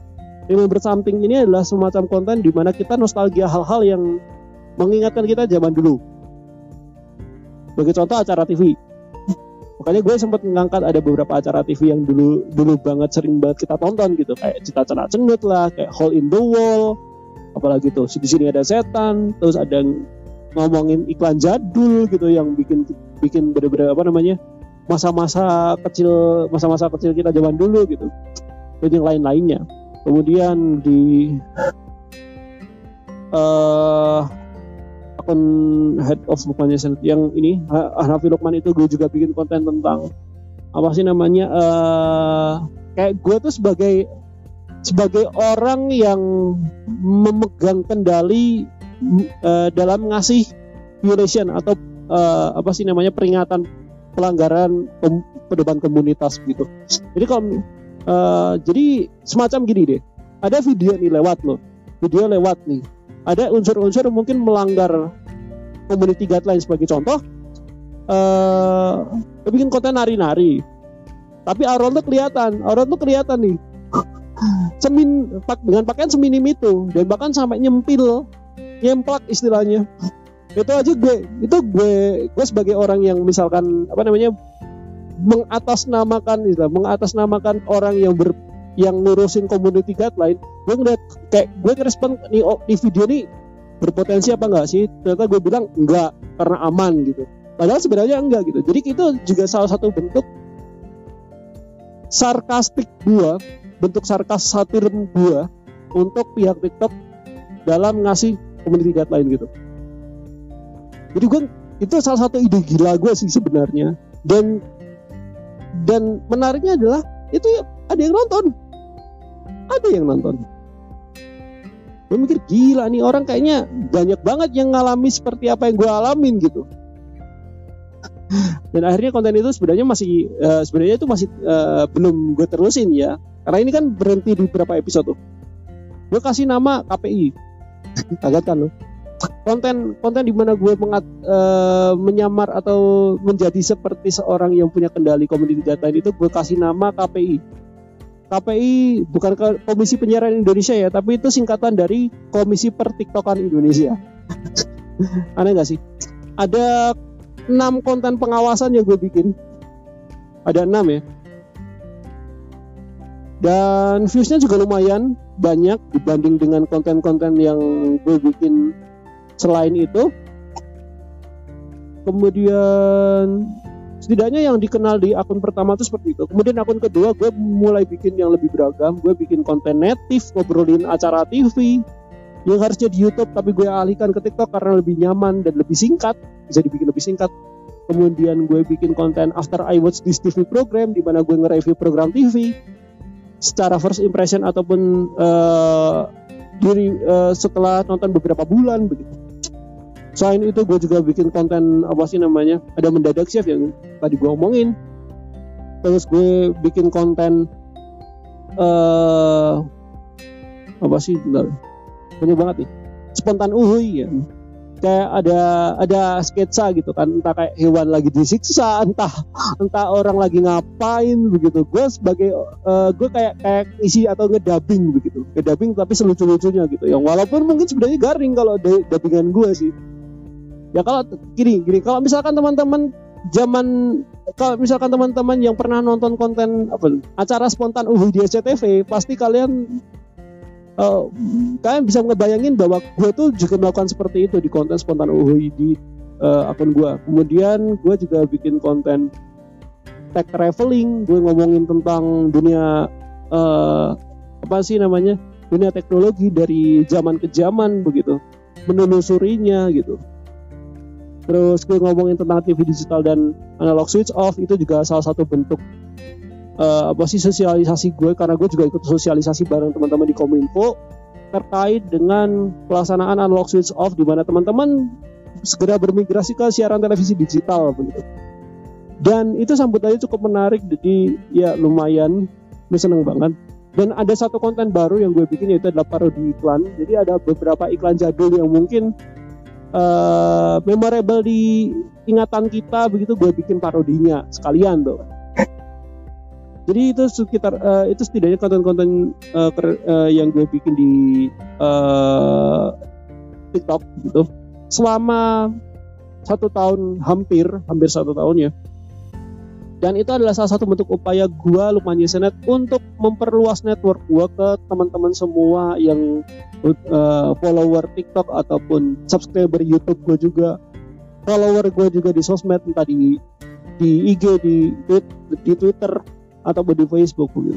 Remember Something ini adalah semacam konten di mana kita nostalgia hal-hal yang mengingatkan kita zaman dulu. Sebagai contoh acara T V. Makanya gue sempat mengangkat ada beberapa acara T V yang dulu dulu banget sering banget kita tonton gitu, kayak Cita Cena Cenut lah, kayak Hole in the Wall, apalagi tuh di sini ada setan, terus ada ngomongin iklan jadul gitu yang bikin bikin bener-bener apa namanya masa-masa kecil masa-masa kecil kita zaman dulu gitu, dan yang lain-lainnya. Kemudian di uh, akun Head of Lukman Yasin yang ini Hanafi Lukman itu gue juga bikin konten tentang apa sih namanya uh, kayak gue tuh sebagai sebagai orang yang memegang kendali uh, dalam ngasih violation atau uh, apa sih namanya peringatan pelanggaran kom- pedoman komunitas gitu. Jadi kalau uh, jadi semacam gini deh, ada video nih lewat loh, video lewat nih, ada unsur-unsur mungkin melanggar community guideline. Sebagai contoh, uh, bikin konten nari-nari, tapi Aaron tuh kelihatan, Aaron tuh kelihatan nih, semin dengan pakaian seminim itu, dan bahkan sampai nyempil, nyemplak istilahnya. Itu aja gue, itu gue, gue sebagai orang yang misalkan apa namanya mengatasnamakan, istilah, mengatasnamakan orang yang ber yang ngurusin community guideline, gue ngeliat kayak gue ngerespon nih, oh, di video nih berpotensi apa enggak sih? Ternyata gue bilang enggak karena aman gitu. Padahal sebenarnya enggak gitu. Jadi itu juga salah satu bentuk sarkastik gue, bentuk sarkas satir gue untuk pihak TikTok dalam ngasih community guideline gitu. Jadi gue itu salah satu ide gila gue sih sebenarnya. Dan dan menariknya adalah itu ya ada yang nonton. Ada yang nonton. Gue mikir gila nih orang kayaknya banyak banget yang ngalami seperti apa yang gue alamin gitu. Dan akhirnya konten itu sebenarnya masih uh, sebenarnya itu masih uh, belum gue terusin ya. Karena ini kan berhenti di beberapa episode tuh. Gue kasih nama K P I. Kaget kan lo. Konten konten di mana gue mengat, uh, menyamar atau menjadi seperti seorang yang punya kendali community guideline itu gue kasih nama K P I. K P I bukan Komisi Penyiaran Indonesia ya, tapi itu singkatan dari Komisi Pertiktokan Indonesia. Aneh gak sih? Ada enam konten pengawasan yang gue bikin. Ada enam ya. Dan viewsnya juga lumayan banyak dibanding dengan konten-konten yang gue bikin selain itu. Kemudian setidaknya yang dikenal di akun pertama itu seperti itu. Kemudian akun kedua gue mulai bikin yang lebih beragam. Gue bikin konten native, ngobrolin acara T V yang harusnya di YouTube tapi gue alihkan ke TikTok karena lebih nyaman dan lebih singkat, bisa dibikin lebih singkat. Kemudian gue bikin konten after I watch this T V program di mana gue nge-review program T V secara first impression ataupun uh, diri uh, setelah nonton beberapa bulan begitu. Selain itu gue juga bikin konten apa sih namanya, ada mendadak chef yang tadi gue omongin. Terus gue bikin konten uh, apa sih, bentar, banyak banget nih, spontan uhuy ya. Kayak ada ada sketsa gitu kan, entah kayak hewan lagi disiksa, entah entah orang lagi ngapain begitu. Gue sebagai uh, gue kayak kayak isi atau ngedubbing begitu, ngedubbing tapi selucu-lucunya gitu. Yang walaupun mungkin sebenarnya garing kalau dubbingan gue sih. Ya kalau gini, gini kalau misalkan teman-teman zaman kalau misalkan teman-teman yang pernah nonton konten apa acara spontan uhuy di S C T V, pasti kalian uh, kalian bisa ngebayangin bahwa gue tuh juga melakukan seperti itu di konten spontan uhuy di uh, akun gue. Kemudian gue juga bikin konten tech traveling, gue ngomongin tentang dunia uh, apa sih namanya dunia teknologi dari zaman ke zaman begitu, menelusurinya gitu. Terus gue ngomongin tentang T V digital dan analog switch off, itu juga salah satu bentuk uh, apa sih sosialisasi gue, karena gue juga ikut sosialisasi bareng teman-teman di Kominfo terkait dengan pelaksanaan analog switch off, di mana teman-teman segera bermigrasi ke siaran televisi digital begitu. Dan itu sambutannya cukup menarik, jadi ya lumayan, gue seneng banget. Dan ada satu konten baru yang gue bikin, yaitu adalah parodi iklan. Jadi ada beberapa iklan jadul yang mungkin Uh, memorable di ingatan kita begitu, gue bikin parodinya sekalian tuh. Jadi itu sekitar uh, itu setidaknya konten-konten uh, ker, uh, yang gue bikin di uh, TikTok gitu selama satu tahun hampir hampir satu tahun ya. Dan itu adalah salah satu bentuk upaya gue Lukman Yesenet untuk memperluas network gue ke teman-teman semua yang uh, follower TikTok ataupun subscriber YouTube gue juga, follower gue juga di sosmed, entah di di I G, di di Twitter ataupun di Facebook gitu.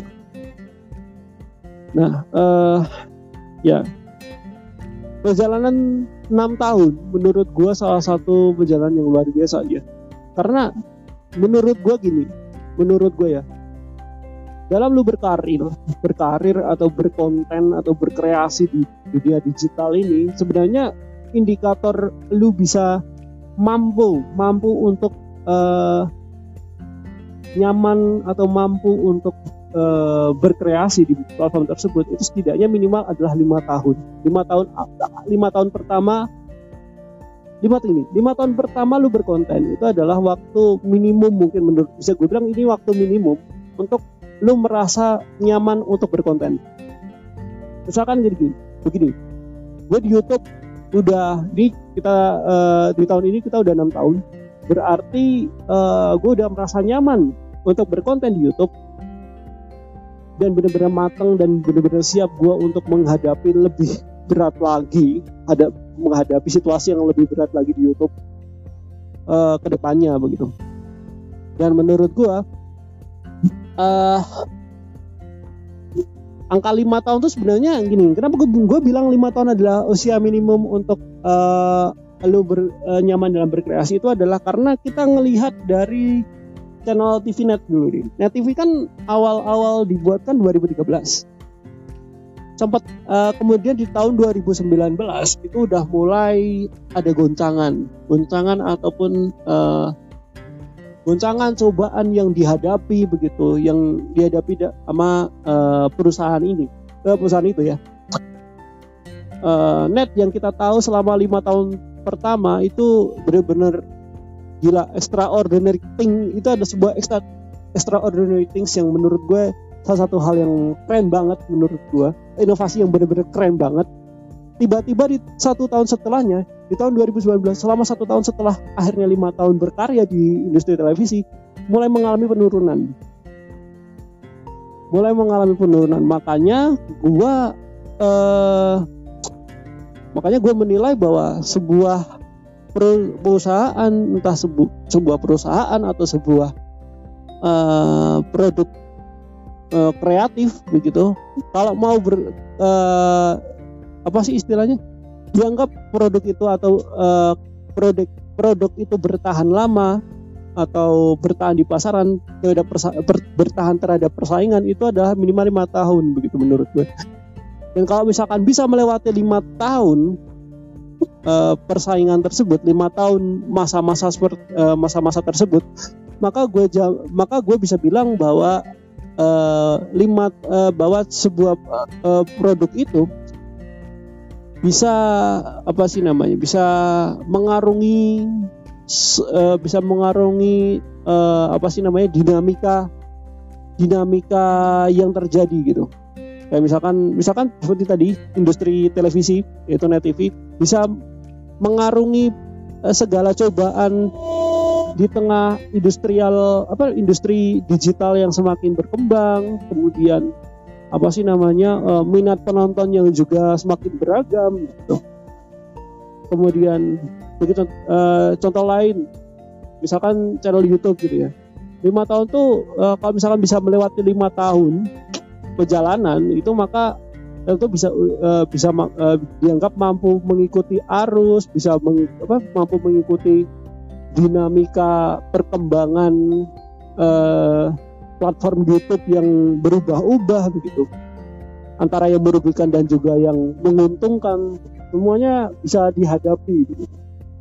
Nah, uh, ya perjalanan enam tahun menurut gue salah satu perjalanan yang luar biasa ya. Karena menurut gue gini, menurut gue ya, dalam lu berkarir, berkarir atau berkonten atau berkreasi di dunia digital ini, sebenarnya indikator lu bisa mampu, mampu untuk uh, nyaman atau mampu untuk uh, berkreasi di platform tersebut itu setidaknya minimal adalah lima tahun. Lima tahun, lima tahun pertama. Lima tahun ini, lima tahun pertama lu berkonten itu adalah waktu minimum, mungkin menurut bisa gue bilang ini waktu minimum untuk lu merasa nyaman untuk berkonten. Misalkan jadi gini, begini, gue di YouTube udah di kita uh, di tahun ini kita udah enam tahun, berarti uh, gue udah merasa nyaman untuk berkonten di YouTube dan benar-benar matang dan benar-benar siap gue untuk menghadapi lebih berat lagi, ada menghadapi situasi yang lebih berat lagi di YouTube uh, ke depannya begitu. Dan menurut gue uh, angka lima tahun itu sebenarnya gini, kenapa gue, gue bilang lima tahun adalah usia minimum untuk uh, lu ber, uh, nyaman dalam berkreasi, itu adalah karena kita ngelihat dari channel T V Net dulu nih. Net T V kan awal-awal dibuat kan dua ribu tiga belas. Sempat uh, kemudian di tahun dua ribu sembilan belas itu udah mulai ada goncangan, goncangan ataupun uh, goncangan cobaan yang dihadapi begitu, yang dihadapi da- sama uh, perusahaan ini, uh, perusahaan itu ya. Uh, Net yang kita tahu selama lima tahun pertama itu benar-benar gila, extraordinary thing, itu ada sebuah extra, extraordinary things yang menurut gue salah satu hal yang keren banget menurut gue, inovasi yang benar-benar keren banget. Tiba-tiba di satu tahun setelahnya, di tahun dua ribu sembilan belas, selama satu tahun setelah akhirnya lima tahun berkarya di industri televisi, mulai mengalami penurunan. Mulai mengalami penurunan. Makanya gue, eh, makanya gue menilai bahwa sebuah perusahaan, entah sebu- sebuah perusahaan atau sebuah eh, produk Uh, kreatif begitu, kalau mau ber uh, apa sih istilahnya, dianggap produk itu atau uh, produk produk itu bertahan lama atau bertahan di pasaran, terhadap persa- ber- bertahan terhadap persaingan, itu adalah minimal lima tahun begitu menurut gue. Dan kalau misalkan bisa melewati lima tahun uh, persaingan tersebut, lima tahun masa-masa uh, masa-masa tersebut, maka gue maka gue bisa bilang bahwa Uh, lima uh, bahwa sebuah uh, produk itu bisa apa sih namanya, bisa mengarungi uh, bisa mengarungi uh, apa sih namanya dinamika dinamika yang terjadi gitu. Kayak misalkan misalkan seperti tadi industri televisi yaitu Net T V bisa mengarungi uh, segala cobaan di tengah industrial apa industri digital yang semakin berkembang, kemudian apa sih namanya uh, minat penonton yang juga semakin beragam gitu. Kemudian begitu uh, contoh lain, misalkan channel YouTube gitu ya, lima tahun tuh uh, kalau misalkan bisa melewati lima tahun perjalanan itu, maka itu bisa uh, bisa uh, dianggap mampu mengikuti arus, bisa meng, apa, mampu mengikuti dinamika perkembangan eh, platform YouTube yang berubah-ubah begitu, antara yang merugikan dan juga yang menguntungkan, semuanya bisa dihadapi begitu.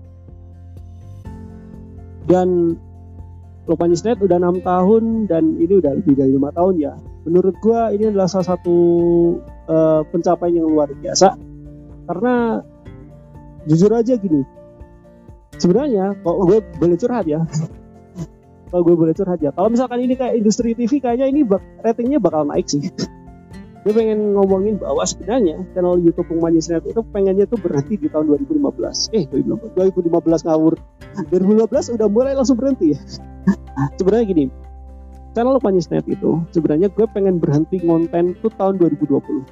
Dan Lukman Yesenet udah enam tahun dan ini udah lebih dari lima tahun ya. Menurut gua ini adalah salah satu eh, pencapaian yang luar biasa, karena jujur aja gini, sebenarnya kalau gue boleh curhat ya, Kalau gue boleh curhat ya, kalau misalkan ini kayak industri T V, kayaknya ini bak- ratingnya bakal naik sih. Gue pengen ngomongin bahwa sebenarnya channel YouTube Lukman Yusnet itu pengennya tuh berhenti di tahun dua ribu lima belas. Eh, dua ribu lima belas ngawur. dua ribu lima belas udah mulai langsung berhenti ya. Sebenarnya gini, channel Lukman Yusnet itu sebenarnya gue pengen berhenti ngonten tuh tahun dua ribu dua puluh.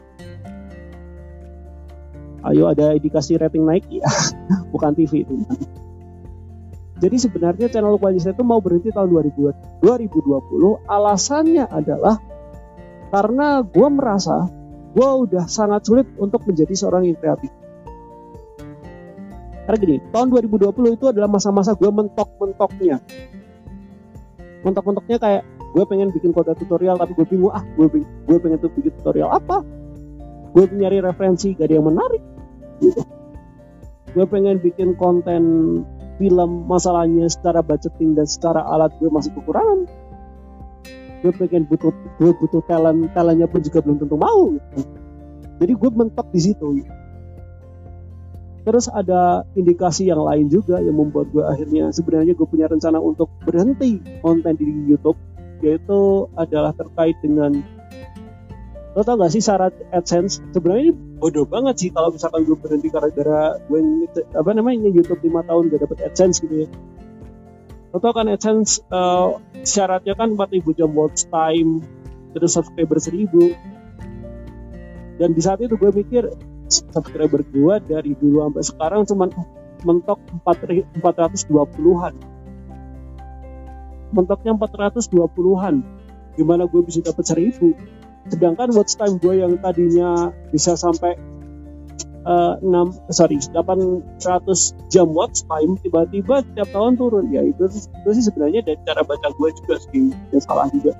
Ayo, ada indikasi rating naik ya. Bukan T V itu. Jadi sebenarnya channel Lukman Yusnet itu mau berhenti tahun dua ribu dua puluh. Alasannya adalah karena gue merasa gue udah sangat sulit untuk menjadi seorang yang kreatif. Karena gini, tahun dua ribu dua puluh itu adalah masa-masa gue mentok-mentoknya. Mentok-mentoknya kayak gue pengen bikin konten tutorial tapi gue bingung, ah gue, gue pengen tuh bikin tutorial apa? Gue nyari referensi gak ada yang menarik gitu. Gue pengen bikin konten film, masalahnya secara budgeting dan secara alat gue masih kekurangan. Gue pengen butuh gue butuh talent talentnya pun juga belum tentu mau gitu. Jadi gue mentok di situ gitu. Terus ada indikasi yang lain juga yang membuat gue akhirnya sebenarnya gue punya rencana untuk berhenti konten di YouTube, yaitu adalah terkait dengan, lo tau gak sih syarat AdSense? Sebenarnya ini bodoh banget sih kalau misalkan gue berhenti gara-gara gue apa namanya YouTube lima tahun gak dapet AdSense gitu ya. Lo tau kan AdSense uh, syaratnya kan empat ribu jam watch time, terus subscriber seribu. Dan di saat itu gue mikir subscriber gue dari dulu sampai sekarang cuma mentok empat ratus dua puluhan. Mentoknya empat ratus dua puluhan. Gimana gue bisa dapat seribu? Sedangkan watch time gue yang tadinya bisa sampai Uh, enam sorry delapan ratus jam watch time tiba-tiba tiap tahun turun. Ya itu, itu sih sebenarnya dari cara baca gue juga sih yang salah juga.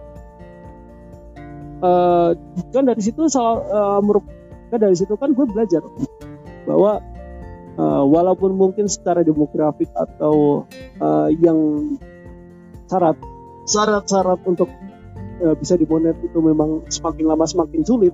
Uh, kan dari situ salah uh, kan dari situ kan gue belajar bahwa uh, walaupun mungkin secara demografik atau uh, yang syarat syarat-syarat untuk uh, bisa dimonet itu memang semakin lama semakin sulit,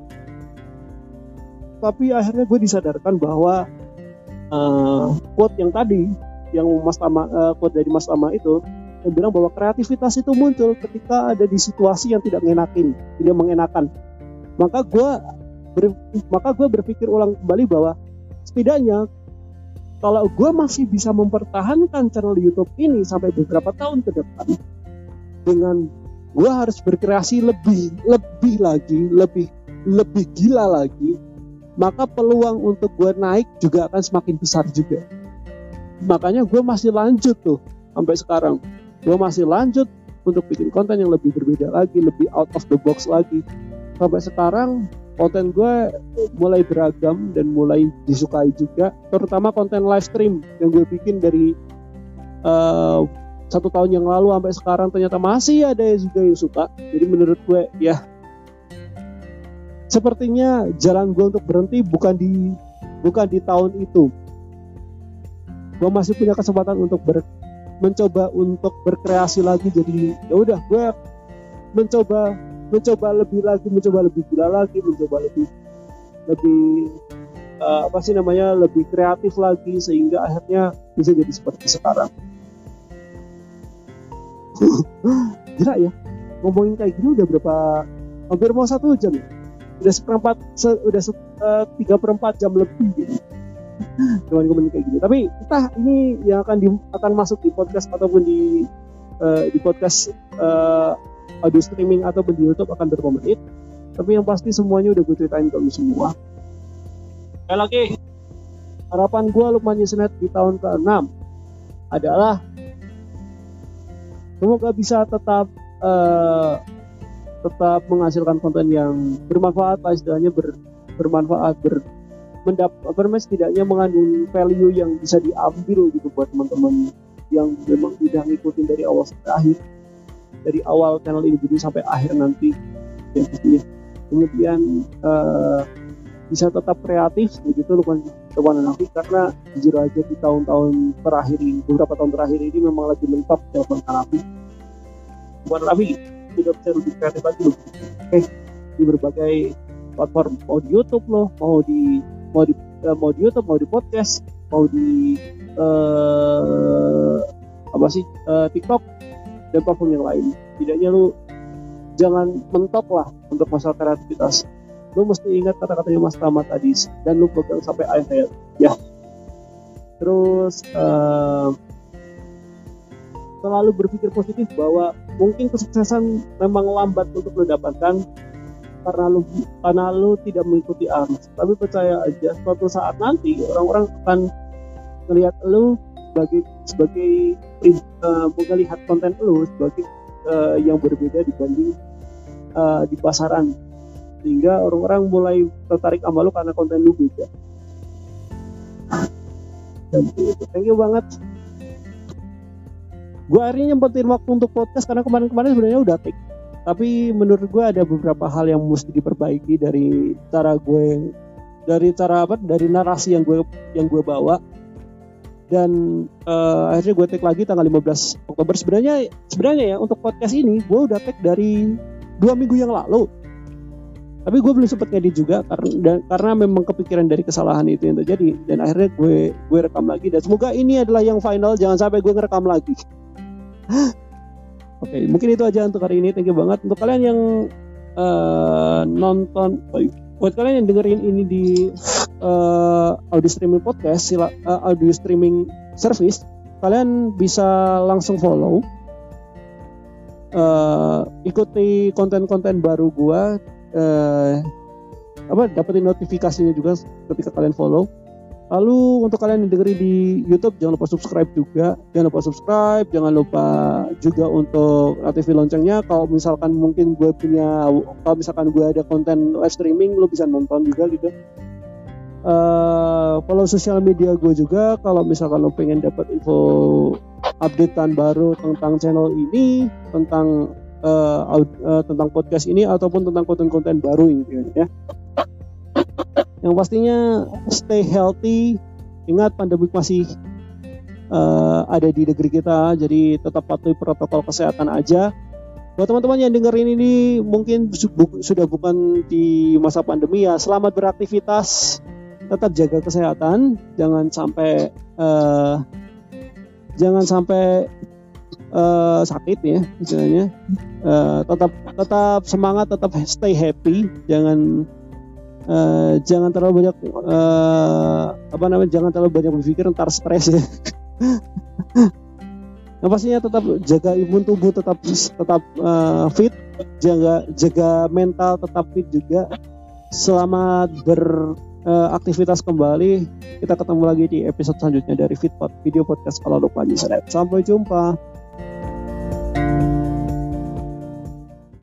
tapi akhirnya gue disadarkan bahwa uh, quote yang tadi, yang Mas Tama, uh, quote dari Mas Tama itu, yang bilang bahwa kreativitas itu muncul ketika ada di situasi yang tidak mengenakin, tidak mengenakan. Maka gue ber, maka gue berpikir ulang kembali bahwa setidaknya kalau gue masih bisa mempertahankan channel YouTube ini sampai beberapa tahun ke depan, dengan gue harus berkreasi lebih, lebih lagi, lebih, lebih gila lagi, maka peluang untuk gue naik juga akan semakin besar juga. Makanya gue masih lanjut tuh sampai sekarang. Gue masih lanjut untuk bikin konten yang lebih berbeda lagi, lebih out of the box lagi. Sampai sekarang konten gue mulai beragam dan mulai disukai juga. Terutama konten live stream yang gue bikin dari uh, satu tahun yang lalu sampai sekarang ternyata masih ada juga yang suka. Jadi menurut gue ya, sepertinya jalan gue untuk berhenti bukan di bukan di tahun itu. Gue masih punya kesempatan untuk ber, mencoba untuk berkreasi lagi. Jadi ya udah, gue mencoba mencoba lebih lagi, mencoba lebih gila lagi, mencoba lebih lebih uh, apa sih namanya lebih kreatif lagi, sehingga akhirnya bisa jadi seperti sekarang. Gila ya, ngomongin kayak gini udah berapa, hampir mau satu jam ya. Udah seperempat, se, udah se, uh, tiga perempat jam lebih gitu. Teman-teman kayak gini. Tapi entah ini yang akan di, akan masuk di podcast ataupun di uh, di podcast uh, audio streaming ataupun di YouTube akan berapa menit. Tapi yang pasti semuanya udah gue ceritain ke lu semua. Sekali lagi, harapan gue Lukman Yusnet di tahun keenam adalah semoga bisa tetap uh, tetap menghasilkan konten yang bermanfaat, lah istilahnya ber, bermanfaat, ber, mendapat, setidaknya mengandung value yang bisa diambil gitu buat teman-teman yang memang udah ngikutin dari awal sampai akhir, dari awal channel ini jadi sampai akhir nanti ya pastinya. Kemudian uh, bisa tetap kreatif begitu Lukman Hanafi, karena jujur aja di tahun-tahun terakhir ini, beberapa tahun terakhir ini memang lagi mentok Lukman Hanafi. Lukman Hanafi udah bisa lebih kreatif lagi loh. Oke, di berbagai platform, mau di YouTube loh, mau di mau di uh, mau di YouTube, mau di podcast, mau di uh, apa sih uh, TikTok dan platform yang lain. Tidaknya lu jangan mentok lah untuk masalah kreativitas. Lu mesti ingat kata-katanya Mas Tama tadi dan lu pegang sampai akhir ya. Terus uh, selalu berpikir positif bahwa mungkin kesuksesan memang lambat untuk lu dapatkan karena lu karena lu tidak mengikuti arus. Tapi percaya aja suatu saat nanti orang-orang akan melihat lu sebagai sebagai uh, melihat konten lu sebagai uh, yang berbeda dibanding uh, di pasaran, sehingga orang-orang mulai tertarik sama lu karena konten lu beda. Dan itu thank you banget. Gue akhirnya nyempetin waktu untuk podcast karena kemarin-kemarin sebenarnya udah take, tapi menurut gue ada beberapa hal yang mesti diperbaiki dari cara gue, dari cara apa, dari narasi yang gue yang gue bawa. Dan uh, akhirnya gue take lagi tanggal lima belas Oktober. Sebenarnya sebenarnya ya untuk podcast ini gue udah take dari dua minggu yang lalu, tapi gue belum sempat ngedit juga karena dan, karena memang kepikiran dari kesalahan itu yang terjadi. Dan akhirnya gue gue rekam lagi dan semoga ini adalah yang final, jangan sampai gue ngerekam lagi. Oke, okay, mungkin itu aja untuk hari ini. Thank you banget untuk kalian yang uh, nonton, buat kalian yang dengerin ini di uh, audio streaming podcast, sila, uh, audio streaming service, kalian bisa langsung follow, uh, ikuti konten-konten baru gua, uh, apa dapetin notifikasinya juga ketika kalian follow. Lalu untuk kalian yang dengerin di YouTube, jangan lupa subscribe juga. Jangan lupa subscribe, jangan lupa juga untuk aktifin loncengnya. Kalau misalkan mungkin gue punya, kalau misalkan gue ada konten live streaming, lo bisa nonton juga gitu. Uh, follow sosial media gue juga. Kalau misalkan lo pengen dapat info updatean baru tentang channel ini, tentang uh, uh, tentang podcast ini ataupun tentang konten-konten baru ini ya. Yang pastinya stay healthy. Ingat pandemi masih uh, ada di negeri kita, jadi tetap patuhi protokol kesehatan aja. Buat teman-teman yang dengerin ini mungkin bu- sudah bukan di masa pandemi ya, selamat beraktivitas, tetap jaga kesehatan, jangan sampai uh, jangan sampai uh, sakit ya istilahnya. Uh, tetap tetap semangat, tetap stay happy, jangan Uh, jangan terlalu banyak uh, apa namanya jangan terlalu banyak berpikir, ntar stres ya. Yang pastinya tetap jaga imun tubuh, tetap tetap uh, fit, jaga jaga mental tetap fit juga. Selamat beraktivitas uh, kembali. Kita ketemu lagi di episode selanjutnya dari Fitpod, video podcast kalau lupa. Sampai jumpa.